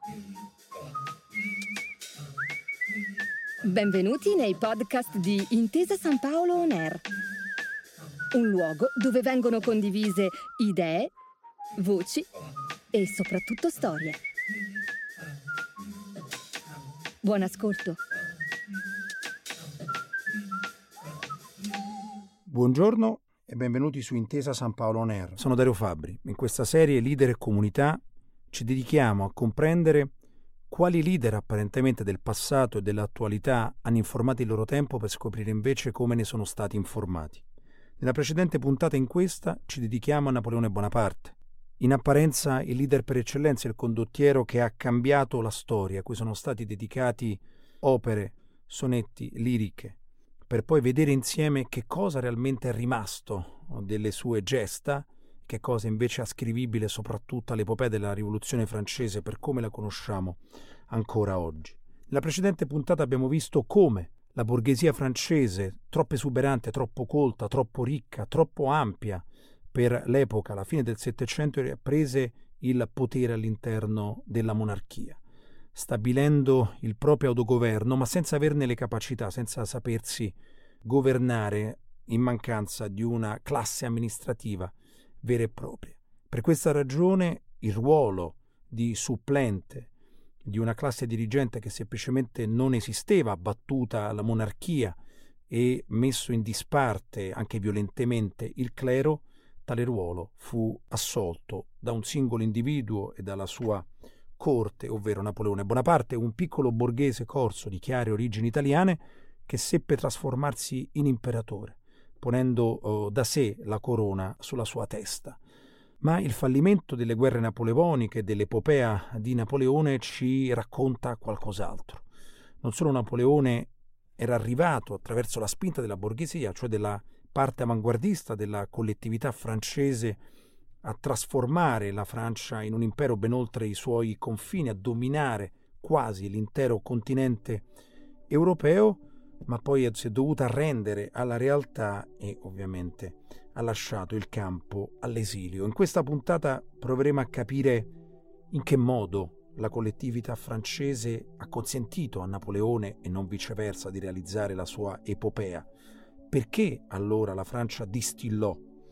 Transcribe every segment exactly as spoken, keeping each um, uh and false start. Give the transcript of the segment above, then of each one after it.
Benvenuti nei podcast di Intesa San Paolo On Air, un luogo dove vengono condivise idee, voci e soprattutto storie. Buon ascolto. Buongiorno e benvenuti su Intesa San Paolo On Air. Sono Dario Fabbri. In questa serie Leader e Comunità ci dedichiamo a comprendere quali leader apparentemente del passato e dell'attualità hanno informato il loro tempo per scoprire invece come ne sono stati informati. Nella precedente puntata e in questa ci dedichiamo a Napoleone Bonaparte. In apparenza il leader per eccellenza, il condottiero che ha cambiato la storia, a cui sono stati dedicati opere, sonetti, liriche, per poi vedere insieme che cosa realmente è rimasto delle sue gesta, che cosa invece è ascrivibile soprattutto all'epopea della Rivoluzione francese per come la conosciamo ancora oggi. Nella precedente puntata abbiamo visto come la borghesia francese, troppo esuberante, troppo colta, troppo ricca, troppo ampia per l'epoca, alla fine del Settecento, prese il potere all'interno della monarchia, stabilendo il proprio autogoverno, ma senza averne le capacità, senza sapersi governare in mancanza di una classe amministrativa vera e propria. Per questa ragione il ruolo di supplente di una classe dirigente che semplicemente non esisteva, abbattuta la monarchia e messo in disparte anche violentemente il clero, tale ruolo fu assolto da un singolo individuo e dalla sua corte, ovvero Napoleone Bonaparte, un piccolo borghese corso di chiare origini italiane che seppe trasformarsi in imperatore, ponendo oh, da sé la corona sulla sua testa. Ma il fallimento delle guerre napoleoniche e dell'epopea di Napoleone ci racconta qualcos'altro. Non solo Napoleone era arrivato attraverso la spinta della borghesia, cioè della parte avanguardista della collettività francese, a trasformare la Francia in un impero ben oltre i suoi confini, a dominare quasi l'intero continente europeo, ma poi si è dovuta arrendere alla realtà e ovviamente ha lasciato il campo all'esilio. In questa puntata proveremo a capire in che modo la collettività francese ha consentito a Napoleone e non viceversa di realizzare la sua epopea. Perché allora la Francia distillò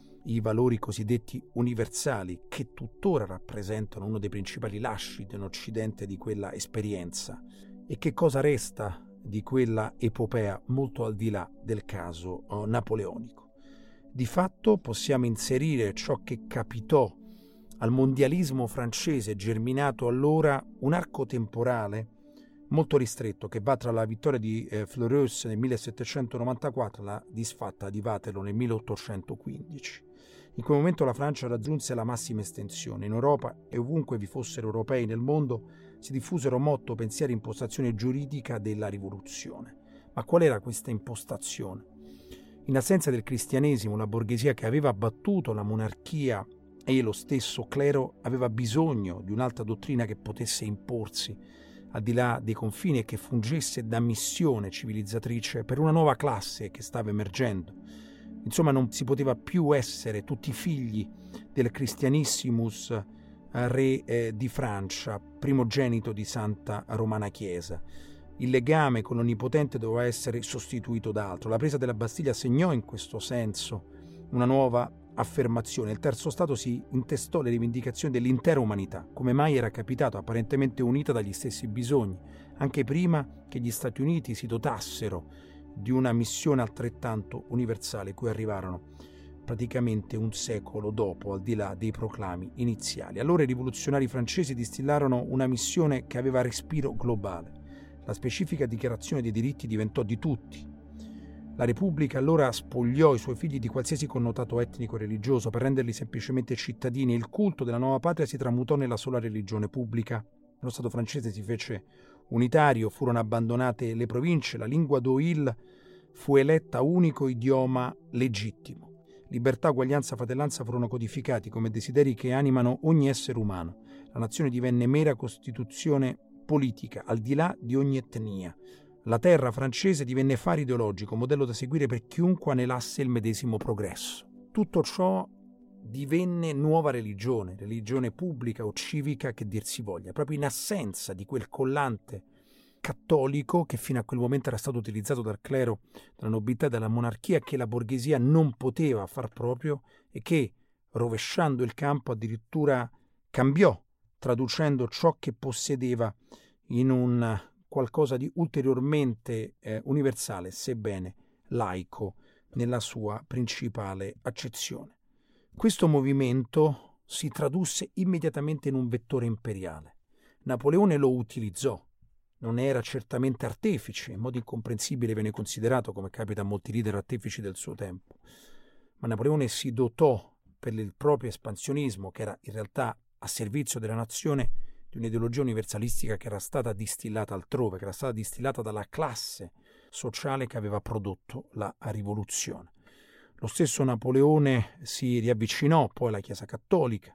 i valori cosiddetti universali che tuttora rappresentano uno dei principali lasciti in Occidente di quella esperienza, e che cosa resta di quella epopea molto al di là del caso oh, napoleonico. Di fatto possiamo inserire ciò che capitò al mondialismo francese, germinato allora un arco temporale molto ristretto che va tra la vittoria di eh, Fleurus nel millesettecentonovantaquattro e la disfatta di Waterloo nel milleottocentoquindici. In quel momento la Francia raggiunse la massima estensione. In Europa e ovunque vi fossero europei nel mondo si diffusero motto, pensieri, impostazione giuridica della rivoluzione. Ma qual era questa impostazione? In assenza del cristianesimo, la borghesia che aveva abbattuto la monarchia e lo stesso clero aveva bisogno di un'altra dottrina che potesse imporsi al di là dei confini e che fungesse da missione civilizzatrice per una nuova classe che stava emergendo. Insomma, non si poteva più essere tutti figli del Christianissimus, re eh, di Francia, primogenito di Santa Romana Chiesa. Il legame con l'Onnipotente doveva essere sostituito da altro. La presa della Bastiglia segnò in questo senso una nuova affermazione. Il terzo Stato si intestò le rivendicazioni dell'intera umanità, come mai era capitato, apparentemente unita dagli stessi bisogni, anche prima che gli Stati Uniti si dotassero di una missione altrettanto universale, cui arrivarono praticamente un secolo dopo, al di là dei proclami iniziali. Allora i rivoluzionari francesi distillarono una missione che aveva respiro globale. La specifica dichiarazione dei diritti diventò di tutti. La Repubblica allora spogliò i suoi figli di qualsiasi connotato etnico e religioso per renderli semplicemente cittadini, e il culto della nuova patria si tramutò nella sola religione pubblica. Lo Stato francese si fece unitario, furono abbandonate le province, la lingua d'Oil fu eletta unico idioma legittimo. Libertà, uguaglianza, fratellanza furono codificati come desideri che animano ogni essere umano. La nazione divenne mera costituzione politica, al di là di ogni etnia. La terra francese divenne faro ideologico, modello da seguire per chiunque anelasse il medesimo progresso. Tutto ciò divenne nuova religione, religione pubblica o civica che dir si voglia, proprio in assenza di quel collante cattolico che fino a quel momento era stato utilizzato dal clero, dalla nobiltà e dalla monarchia, che la borghesia non poteva far proprio e che, rovesciando il campo, addirittura cambiò, traducendo ciò che possedeva in un qualcosa di ulteriormente eh, universale, sebbene laico nella sua principale accezione. Questo movimento si tradusse immediatamente in un vettore imperiale. Napoleone lo utilizzò. Non era certamente artefice, in modo incomprensibile viene considerato, come capita a molti leader artefici del suo tempo. Ma Napoleone si dotò per il proprio espansionismo, che era in realtà a servizio della nazione, di un'ideologia universalistica che era stata distillata altrove, che era stata distillata dalla classe sociale che aveva prodotto la rivoluzione. Lo stesso Napoleone si riavvicinò poi alla Chiesa Cattolica,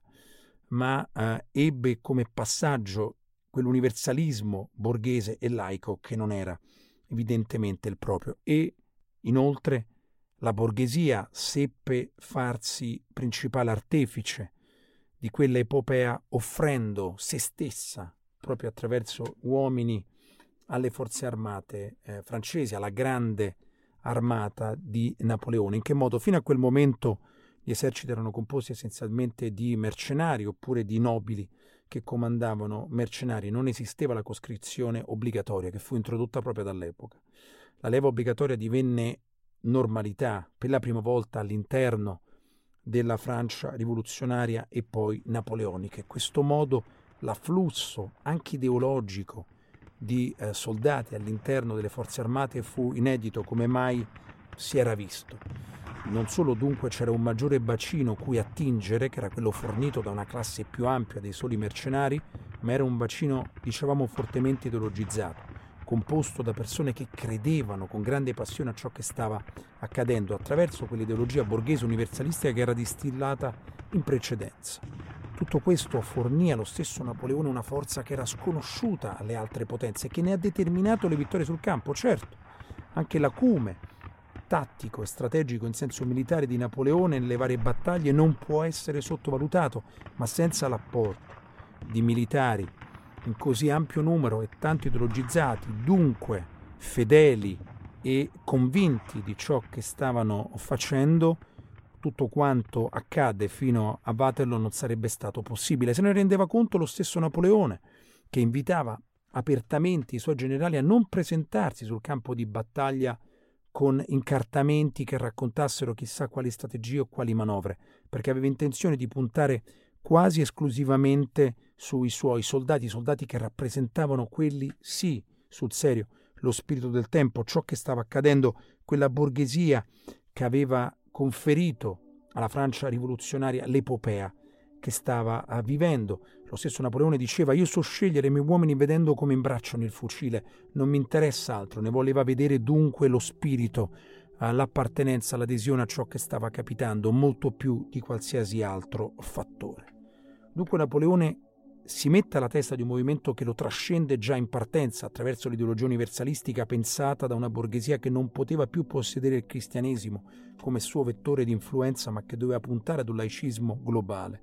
ma eh, ebbe come passaggio quell'universalismo borghese e laico che non era evidentemente il proprio. E inoltre la borghesia seppe farsi principale artefice di quella epopea, offrendo se stessa proprio attraverso uomini alle forze armate eh, francesi, alla grande armata di Napoleone. In che modo? Fino a quel momento gli eserciti erano composti essenzialmente di mercenari oppure di nobili che comandavano mercenari. Non esisteva la coscrizione obbligatoria, che fu introdotta proprio dall'epoca. La leva obbligatoria divenne normalità per la prima volta all'interno della Francia rivoluzionaria e poi napoleonica. In questo modo l'afflusso anche ideologico di eh, soldati all'interno delle forze armate fu inedito come mai si era visto. Non solo dunque c'era un maggiore bacino cui attingere, che era quello fornito da una classe più ampia dei soli mercenari, ma era un bacino, dicevamo, fortemente ideologizzato, composto da persone che credevano con grande passione a ciò che stava accadendo attraverso quell'ideologia borghese universalistica che era distillata in precedenza. Tutto questo fornì allo stesso Napoleone una forza che era sconosciuta alle altre potenze, che ne ha determinato le vittorie sul campo. Certo, anche l'acume tattico e strategico in senso militare di Napoleone nelle varie battaglie non può essere sottovalutato, ma senza l'apporto di militari in così ampio numero e tanto ideologizzati, dunque fedeli e convinti di ciò che stavano facendo, tutto quanto accadde fino a Waterloo non sarebbe stato possibile. Se ne rendeva conto lo stesso Napoleone, che invitava apertamente i suoi generali a non presentarsi sul campo di battaglia con incartamenti che raccontassero chissà quali strategie o quali manovre, perché aveva intenzione di puntare quasi esclusivamente sui suoi soldati, soldati che rappresentavano quelli, sì, sul serio, lo spirito del tempo, ciò che stava accadendo, quella borghesia che aveva conferito alla Francia rivoluzionaria l'epopea che stava vivendo. Lo stesso Napoleone diceva: io so scegliere i miei uomini vedendo come imbracciano il fucile, non mi interessa altro, ne voleva vedere dunque lo spirito, l'appartenenza, l'adesione a ciò che stava capitando, molto più di qualsiasi altro fattore. Dunque Napoleone si mette alla testa di un movimento che lo trascende già in partenza attraverso l'ideologia universalistica pensata da una borghesia che non poteva più possedere il cristianesimo come suo vettore di influenza, ma che doveva puntare ad un laicismo globale,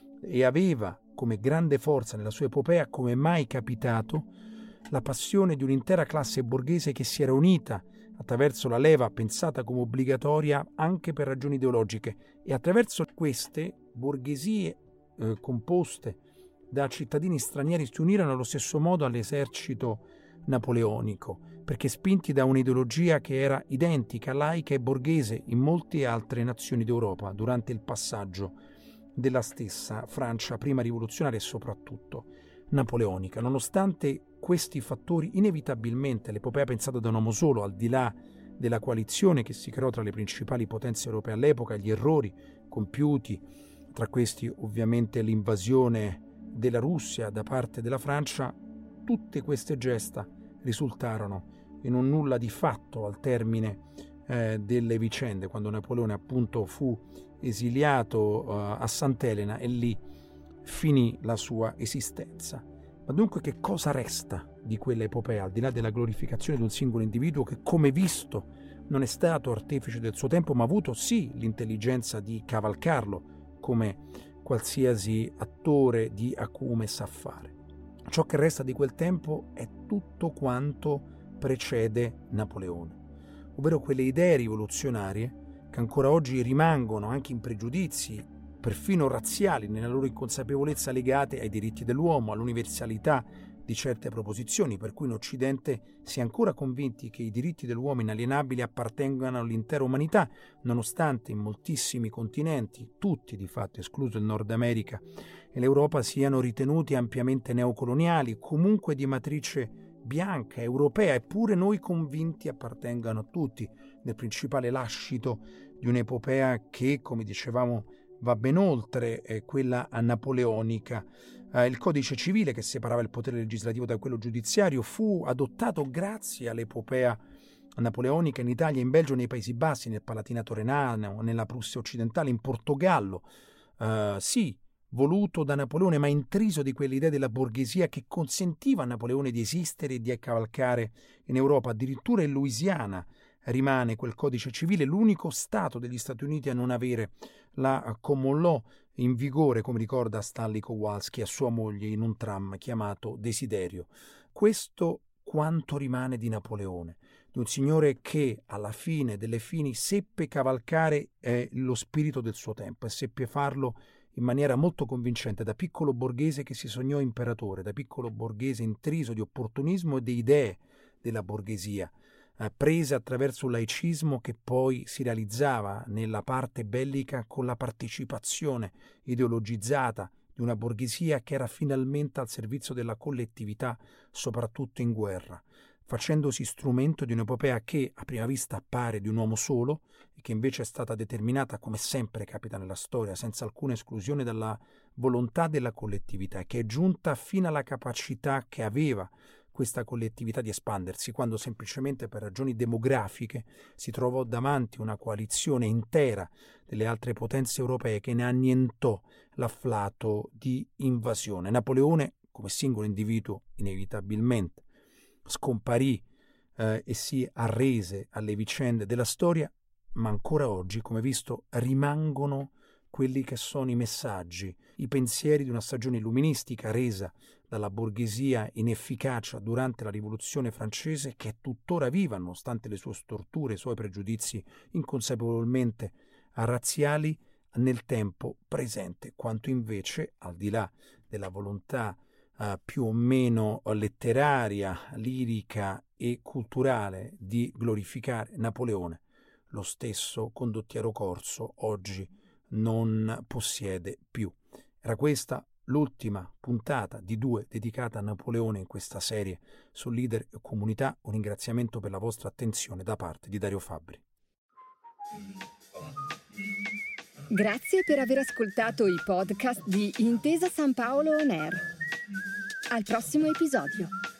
e aveva come grande forza nella sua epopea, come mai capitato, la passione di un'intera classe borghese che si era unita attraverso la leva pensata come obbligatoria anche per ragioni ideologiche, e attraverso queste borghesie eh, composte da cittadini stranieri si unirono allo stesso modo all'esercito napoleonico, perché spinti da un'ideologia che era identica, laica e borghese in molte altre nazioni d'Europa durante il passaggio della stessa Francia prima rivoluzionaria e soprattutto napoleonica. Nonostante questi fattori, inevitabilmente l'epopea pensata da un uomo solo, al di là della coalizione che si creò tra le principali potenze europee all'epoca, gli errori compiuti, tra questi ovviamente l'invasione della Russia da parte della Francia, tutte queste gesta risultarono in un nulla di fatto al termine eh, delle vicende, quando Napoleone appunto fu esiliato uh, a Sant'Elena e lì finì la sua esistenza. Ma dunque che cosa resta di quella epopea, al di là della glorificazione di un singolo individuo che, come visto, non è stato artefice del suo tempo, ma ha avuto sì l'intelligenza di cavalcarlo come qualsiasi attore di acume sa fare. Ciò che resta di quel tempo è tutto quanto precede Napoleone, ovvero quelle idee rivoluzionarie che ancora oggi rimangono anche in pregiudizi, perfino razziali, nella loro inconsapevolezza legate ai diritti dell'uomo, all'universalità di certe proposizioni, per cui in Occidente si è ancora convinti che i diritti dell'uomo inalienabili appartengano all'intera umanità, nonostante in moltissimi continenti, tutti di fatto escluso il Nord America e l'Europa, siano ritenuti ampiamente neocoloniali, comunque di matrice bianca, europea, eppure noi convinti appartengano a tutti, nel principale lascito di un'epopea che, come dicevamo, va ben oltre eh, quella napoleonica. Eh, il codice civile, che separava il potere legislativo da quello giudiziario, fu adottato grazie all'epopea napoleonica in Italia, in Belgio, nei Paesi Bassi, nel Palatinato Renano, nella Prussia occidentale, in Portogallo. Eh, sì, voluto da Napoleone, ma intriso di quell'idea della borghesia che consentiva a Napoleone di esistere e di cavalcare in Europa. Addirittura in Louisiana rimane quel codice civile l'unico Stato degli Stati Uniti a non avere la common law in vigore, come ricorda Stanley Kowalski a sua moglie in un tram chiamato Desiderio. Questo quanto rimane di Napoleone, di un signore che alla fine delle fini seppe cavalcare eh, lo spirito del suo tempo e seppe farlo in maniera molto convincente, da piccolo borghese che si sognò imperatore, da piccolo borghese intriso di opportunismo e di idee della borghesia, eh, prese attraverso un laicismo che poi si realizzava nella parte bellica con la partecipazione ideologizzata di una borghesia che era finalmente al servizio della collettività, soprattutto in guerra, facendosi strumento di un'epopea che a prima vista appare di un uomo solo e che invece è stata determinata, come sempre capita nella storia, senza alcuna esclusione, dalla volontà della collettività, che è giunta fino alla capacità che aveva questa collettività di espandersi, quando semplicemente per ragioni demografiche si trovò davanti una coalizione intera delle altre potenze europee che ne annientò l'afflato di invasione. Napoleone, come singolo individuo, inevitabilmente scomparì eh, e si arrese alle vicende della storia, ma ancora oggi, come visto, rimangono quelli che sono i messaggi, i pensieri di una stagione illuministica resa dalla borghesia inefficacia durante la Rivoluzione francese, che è tuttora viva nonostante le sue storture, i suoi pregiudizi inconsapevolmente razziali nel tempo presente, quanto invece, al di là della volontà Uh, più o meno letteraria, lirica e culturale di glorificare Napoleone, lo stesso condottiero corso oggi non possiede più. Era questa l'ultima puntata di due dedicata a Napoleone in questa serie su Leader e Comunità. Un ringraziamento per la vostra attenzione da parte di Dario Fabbri. Grazie per aver ascoltato i podcast di Intesa San Paolo On Air. Al prossimo episodio.